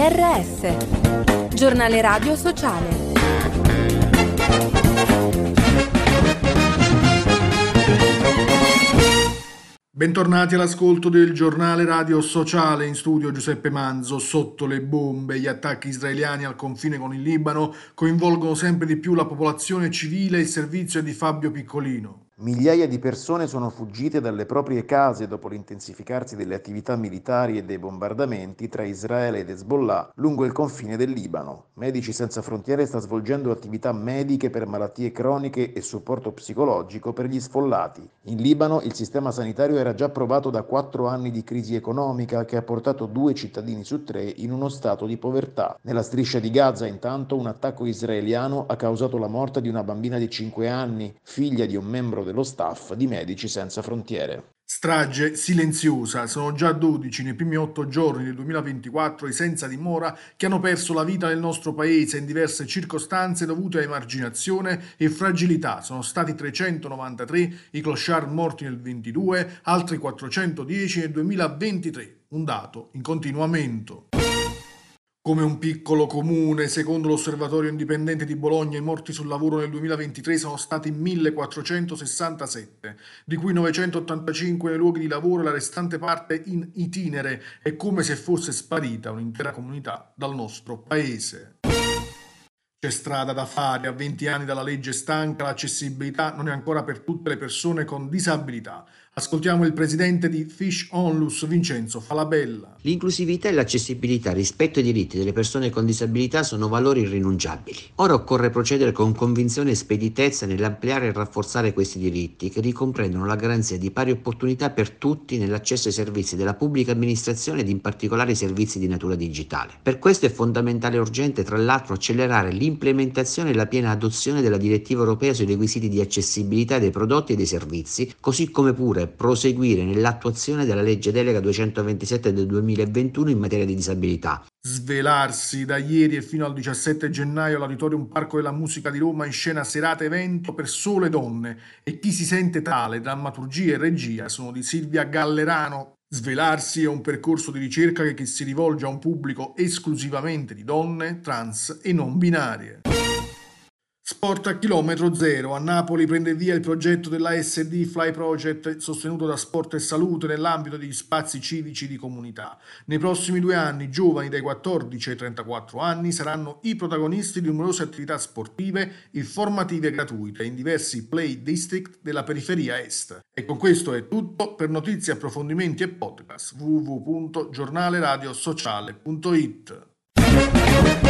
GRS, Giornale Radio Sociale. Bentornati all'ascolto del Giornale Radio Sociale, in studio Giuseppe Manzo. Sotto le bombe, gli attacchi israeliani al confine con il Libano coinvolgono sempre di più la popolazione civile e il servizio di Fabio Piccolino. Migliaia di persone sono fuggite dalle proprie case dopo l'intensificarsi delle attività militari e dei bombardamenti tra Israele ed Hezbollah lungo il confine del Libano. Medici Senza Frontiere sta svolgendo attività mediche per malattie croniche e supporto psicologico per gli sfollati. In Libano il sistema sanitario era già provato da 4 anni di crisi economica che ha portato 2 cittadini su 3 in uno stato di povertà. Nella striscia di Gaza, intanto, un attacco israeliano ha causato la morte di una bambina di 5 anni, figlia di un membro dello staff di Medici Senza Frontiere. Strage silenziosa. Sono già 12 nei primi 8 giorni del 2024 i senza dimora che hanno perso la vita nel nostro paese in diverse circostanze dovute a emarginazione e fragilità. Sono stati 393 i clochard morti nel 2022, altri 410 nel 2023, un dato in continuo aumento. Come un piccolo comune, secondo l'Osservatorio Indipendente di Bologna, i morti sul lavoro nel 2023 sono stati 1467, di cui 985 nei luoghi di lavoro e la restante parte in itinere. È come se fosse sparita un'intera comunità dal nostro paese. C'è strada da fare. A 20 anni dalla legge stanca, l'accessibilità non è ancora per tutte le persone con disabilità. Ascoltiamo il presidente di Fish Onlus, Vincenzo Falabella. L'inclusività e l'accessibilità rispetto ai diritti delle persone con disabilità sono valori irrinunciabili. Ora occorre procedere con convinzione e speditezza nell'ampliare e rafforzare questi diritti, che ricomprendono la garanzia di pari opportunità per tutti nell'accesso ai servizi della pubblica amministrazione ed in particolare ai servizi di natura digitale. Per questo è fondamentale e urgente, tra l'altro, accelerare l'implementazione e la piena adozione della direttiva europea sui requisiti di accessibilità dei prodotti e dei servizi, così come pure proseguire nell'attuazione della legge delega 227 del 2021 in materia di disabilità. Svelarsi. Da ieri e fino al 17 gennaio all'Auditorium Parco della Musica di Roma in scena serata evento per sole donne e chi si sente tale, drammaturgia e regia sono di Silvia Gallerano. Svelarsi è un percorso di ricerca che si rivolge a un pubblico esclusivamente di donne, trans e non binarie. Sport a chilometro zero. A Napoli prende via il progetto dell'ASD Fly Project sostenuto da Sport e Salute nell'ambito degli spazi civici di comunità. Nei prossimi 2 anni giovani dai 14 ai 34 anni saranno i protagonisti di numerose attività sportive, informative e gratuite in diversi play district della periferia est. E con questo è tutto. Per notizie, approfondimenti e podcast www.giornaleradiosociale.it.